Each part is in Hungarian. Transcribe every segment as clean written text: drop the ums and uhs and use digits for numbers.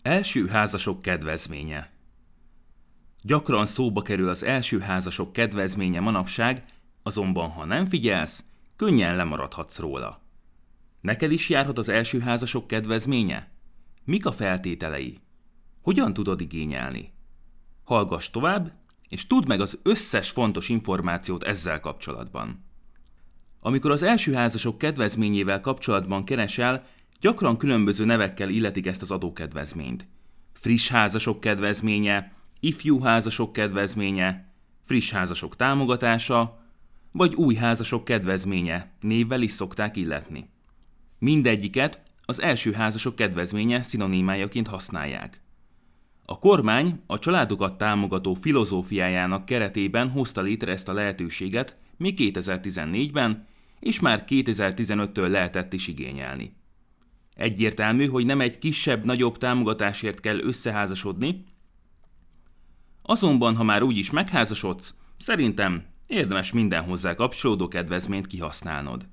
Első házasok kedvezménye. Gyakran szóba kerül az első házasok kedvezménye manapság, azonban ha nem figyelsz, könnyen lemaradhatsz róla. Neked is járhat az első házasok kedvezménye? Mik a feltételei? Hogyan tudod igényelni? Hallgass tovább, és tudd meg az összes fontos információt ezzel kapcsolatban. Amikor az első házasok kedvezményével kapcsolatban keresel, gyakran különböző nevekkel illetik ezt az adókedvezményt. Friss házasok kedvezménye, ifjú házasok kedvezménye, friss házasok támogatása, vagy új házasok kedvezménye névvel is szokták illetni. Mindegyiket az első házasok kedvezménye szinonimájaként használják. A kormány a családokat támogató filozófiájának keretében hozta létre ezt a lehetőséget még 2014-ben, és már 2015-től lehetett is igényelni. Egyértelmű, hogy nem egy kisebb-nagyobb támogatásért kell összeházasodni, azonban ha már úgyis megházasodsz, szerintem érdemes minden hozzá kapcsolódó kedvezményt kihasználnod.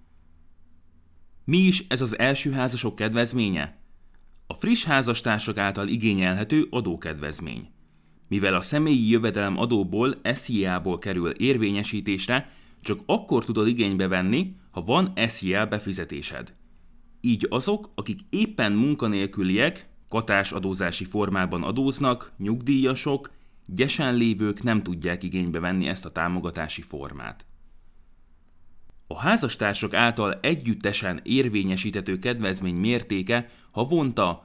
Mi is ez az első házasok kedvezménye? A friss házastársak által igényelhető adókedvezmény. Mivel a személyi jövedelem adóból, SZIA-ból kerül érvényesítésre, csak akkor tudod igénybe venni, ha van SZIA befizetésed. Így azok, akik éppen munkanélküliek, katásadózási formában adóznak, nyugdíjasok, gyesen lévők nem tudják igénybe venni ezt a támogatási formát. A házastársak által együttesen érvényesíthető kedvezmény mértéke havonta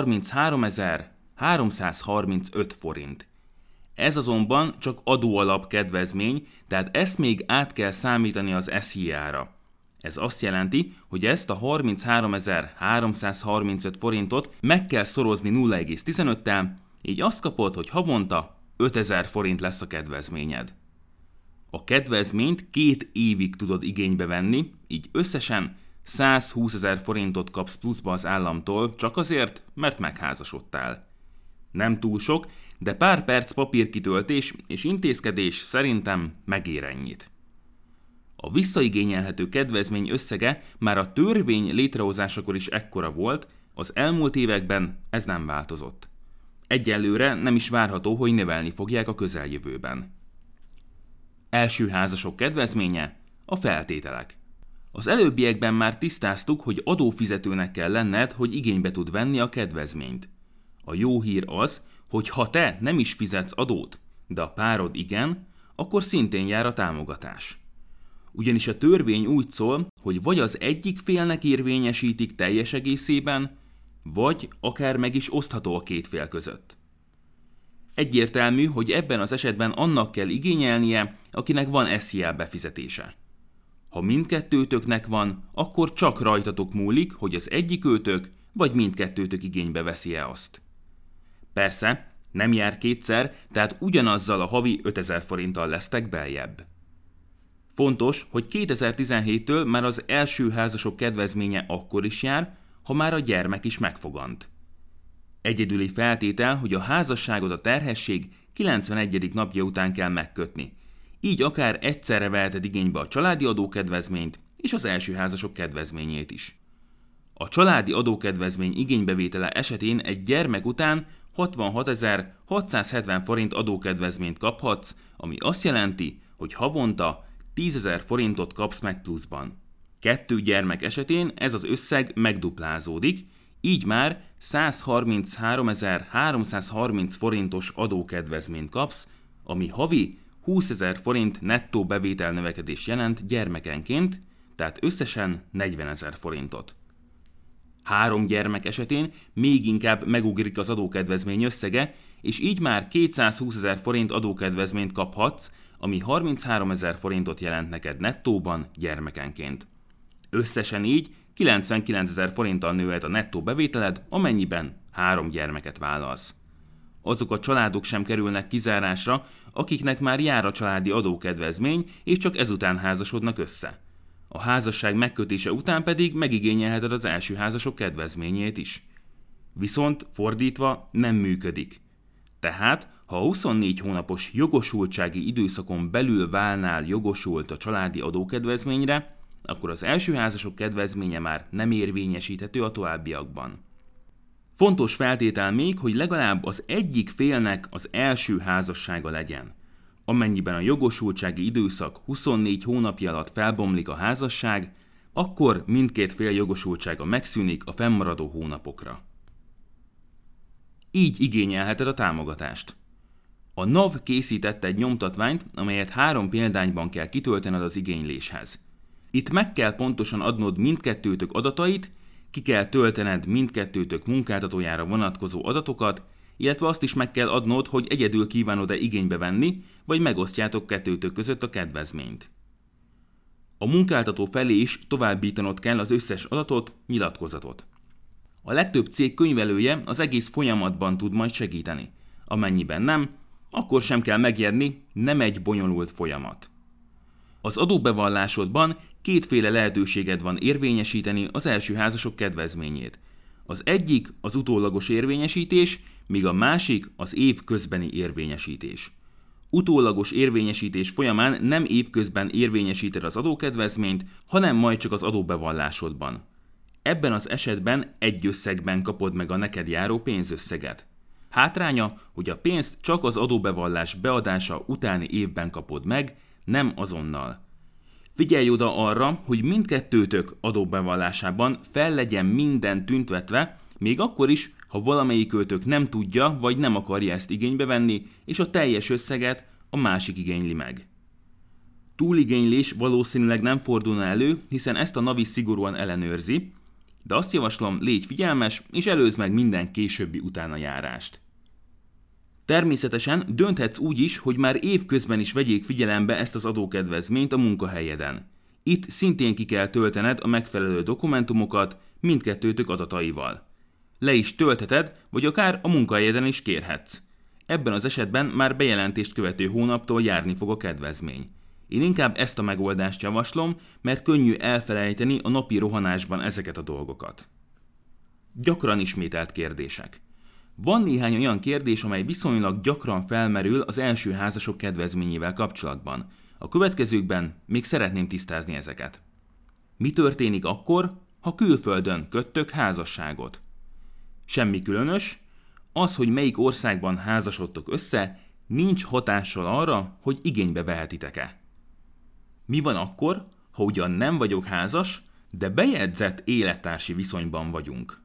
33.335 forint. Ez azonban csak adóalap kedvezmény, tehát ezt még át kell számítani az SZIA-ra. Ez azt jelenti, hogy ezt a 33.335 forintot meg kell szorozni 0,15-tel, így azt kapod, hogy havonta 5000 forint lesz a kedvezményed. A kedvezményt 2 évig tudod igénybe venni, így összesen 120 000 forintot kapsz pluszba az államtól, csak azért, mert megházasodtál. Nem túl sok, de pár perc papírkitöltés és intézkedés szerintem megér ennyit. A visszaigényelhető kedvezmény összege már a törvény létrehozásakor is ekkora volt, az elmúlt években ez nem változott. Egyelőre nem is várható, hogy növelni fogják a közeljövőben. Első házasok kedvezménye, a feltételek. Az előbbiekben már tisztáztuk, hogy adófizetőnek kell lenned, hogy igénybe tud venni a kedvezményt. A jó hír az, hogy ha te nem is fizetsz adót, de a párod igen, akkor szintén jár a támogatás. Ugyanis a törvény úgy szól, hogy vagy az egyik félnek érvényesítik teljes egészében, vagy akár meg is osztható a két fél között. Egyértelmű, hogy ebben az esetben annak kell igényelnie, akinek van SZIA befizetése. Ha mindkettőtöknek van, akkor csak rajtatok múlik, hogy az egyikőtök vagy mindkettőtök igénybe veszi-e azt. Persze, nem jár kétszer, tehát ugyanazzal a havi 5000 forinttal lesztek beljebb. Fontos, hogy 2017-től már az első házasok kedvezménye akkor is jár, ha már a gyermek is megfogant. Egyedüli feltétel, hogy a házasságod a terhesség 91. napja után kell megkötni. Így akár egyszerre veheted igénybe a családi adókedvezményt és az első házasok kedvezményét is. A családi adókedvezmény igénybevétele esetén egy gyermek után 66.670 forint adókedvezményt kaphatsz, ami azt jelenti, hogy havonta 10.000 forintot kapsz meg pluszban. 2 gyermek esetén ez az összeg megduplázódik, így már 133.330 forintos adókedvezményt kapsz, ami havi 20.000 forint nettó bevételnövekedés jelent gyermekenként, tehát összesen 40.000 forintot. 3 gyermek esetén még inkább megugrik az adókedvezmény összege, és így már 220.000 forint adókedvezményt kaphatsz, ami 33.000 forintot jelent neked nettóban gyermekenként. Összesen így 99.000 forinttal nőhet a nettó bevételed, amennyiben 3 gyermeket vállalsz. Azok a családok sem kerülnek kizárásra, akiknek már jár a családi adókedvezmény, és csak ezután házasodnak össze. A házasság megkötése után pedig megigényelheted az első házasok kedvezményét is. Viszont fordítva nem működik. Tehát, ha a 24 hónapos jogosultsági időszakon belül válnál jogosult a családi adókedvezményre, akkor az első házasok kedvezménye már nem érvényesíthető a továbbiakban. Fontos feltétel még, hogy legalább az egyik félnek az első házassága legyen. Amennyiben a jogosultsági időszak 24 hónapja alatt felbomlik a házasság, akkor mindkét fél jogosultsága megszűnik a fennmaradó hónapokra. Így igényelheted a támogatást. A NAV készített egy nyomtatványt, amelyet 3 példányban kell kitöltened az igényléshez. Itt meg kell pontosan adnod mindkettőtök adatait, ki kell töltened mindkettőtök munkáltatójára vonatkozó adatokat, illetve azt is meg kell adnod, hogy egyedül kívánod-e igénybe venni, vagy megosztjátok kettőtök között a kedvezményt. A munkáltató felé is továbbítanod kell az összes adatot, nyilatkozatot. A legtöbb cég könyvelője az egész folyamatban tud majd segíteni. Amennyiben nem, akkor sem kell megijedni, nem egy bonyolult folyamat. Az adóbevallásodban 2 lehetőséged van érvényesíteni az első házasok kedvezményét. Az egyik az utólagos érvényesítés, míg a másik az év közbeni érvényesítés. Utólagos érvényesítés folyamán nem évközben érvényesíted az adókedvezményt, hanem majd csak az adóbevallásodban. Ebben az esetben egy összegben kapod meg a neked járó pénzösszeget. Hátránya, hogy a pénzt csak az adóbevallás beadása utáni évben kapod meg, nem azonnal. Figyelj oda arra, hogy mindkettőtök adóbevallásában fel legyen minden tüntetve, még akkor is, ha valamelyikőtök nem tudja vagy nem akarja ezt igénybe venni, és a teljes összeget a másik igényli meg. Túligénylés valószínűleg nem fordulna elő, hiszen ezt a NAV is szigorúan ellenőrzi, de azt javaslom, légy figyelmes, és előzd meg minden későbbi utánajárást. Természetesen dönthetsz úgy is, hogy már évközben is vegyék figyelembe ezt az adókedvezményt a munkahelyeden. Itt szintén ki kell töltened a megfelelő dokumentumokat mindkettőtök adataival. Le is töltheted, vagy akár a munkahelyeden is kérhetsz. Ebben az esetben már bejelentést követő hónaptól járni fog a kedvezmény. Én inkább ezt a megoldást javaslom, mert könnyű elfelejteni a napi rohanásban ezeket a dolgokat. Gyakran ismételt kérdések. Van néhány olyan kérdés, amely viszonylag gyakran felmerül az első házasok kedvezményével kapcsolatban. A következőkben még szeretném tisztázni ezeket. Mi történik akkor, ha külföldön köttök házasságot? Semmi különös, az, hogy melyik országban házasodtok össze, nincs hatással arra, hogy igénybe vehetitek-e. Mi van akkor, ha ugyan nem vagyok házas, de bejegyzett élettársi viszonyban vagyunk?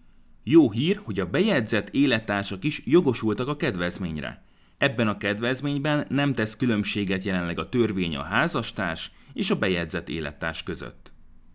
Jó hír, hogy a bejegyzett élettársak is jogosultak a kedvezményre. Ebben a kedvezményben nem tesz különbséget jelenleg a törvény a házastárs és a bejegyzett élettárs között.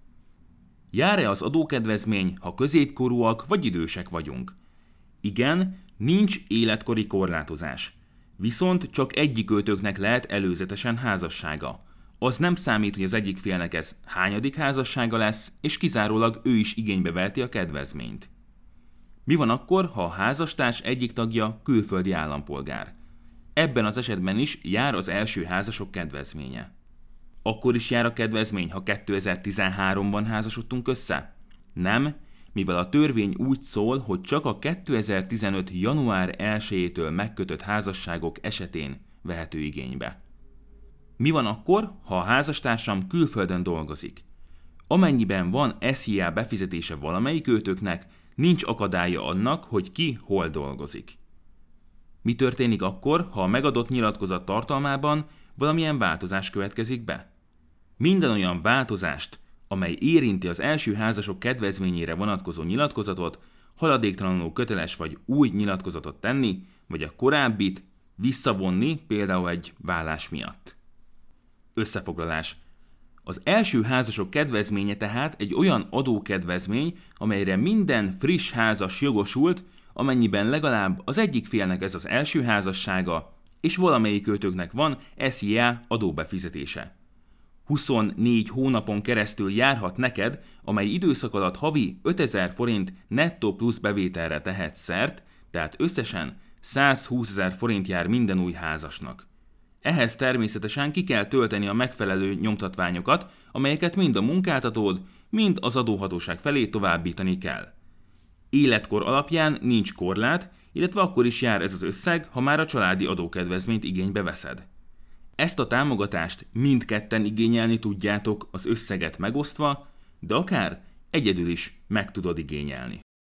Jár-e az adókedvezmény, ha középkorúak vagy idősek vagyunk? Igen, nincs életkori korlátozás. Viszont csak egyikőtöknek lehet előzetesen házassága. Az nem számít, hogy az egyik félnek ez hányadik házassága lesz, és kizárólag ő is igénybe veheti a kedvezményt. Mi van akkor, ha a házastárs egyik tagja külföldi állampolgár? Ebben az esetben is jár az első házasok kedvezménye. Akkor is jár a kedvezmény, ha 2013-ban házasodtunk össze? Nem, mivel a törvény úgy szól, hogy csak a 2015. január 1-től megkötött házasságok esetén vehető igénybe. Mi van akkor, ha a házastársam külföldön dolgozik? Amennyiben van SZIA befizetése valamelyikőtöknek, nincs akadálya annak, hogy ki hol dolgozik. Mi történik akkor, ha a megadott nyilatkozat tartalmában valamilyen változás következik be? Minden olyan változást, amely érinti az első házasok kedvezményére vonatkozó nyilatkozatot, haladéktalanul köteles vagy új nyilatkozatot tenni, vagy a korábbit visszavonni, például egy vállás miatt. Összefoglalás. Az első házasok kedvezménye tehát egy olyan adókedvezmény, amelyre minden friss házas jogosult, amennyiben legalább az egyik félnek ez az első házassága, és valamelyikőtöknek van SZIA adóbefizetése. 24 hónapon keresztül járhat neked, amely időszak alatt havi 5000 forint nettó plusz bevételre tehetsz szert, tehát összesen 120 000 forint jár minden új házasnak. Ehhez természetesen ki kell tölteni a megfelelő nyomtatványokat, amelyeket mind a munkáltatód, mind az adóhatóság felé továbbítani kell. Életkor alapján nincs korlát, illetve akkor is jár ez az összeg, ha már a családi adókedvezményt igénybe veszed. Ezt a támogatást mindketten igényelni tudjátok az összeget megosztva, de akár egyedül is meg tudod igényelni.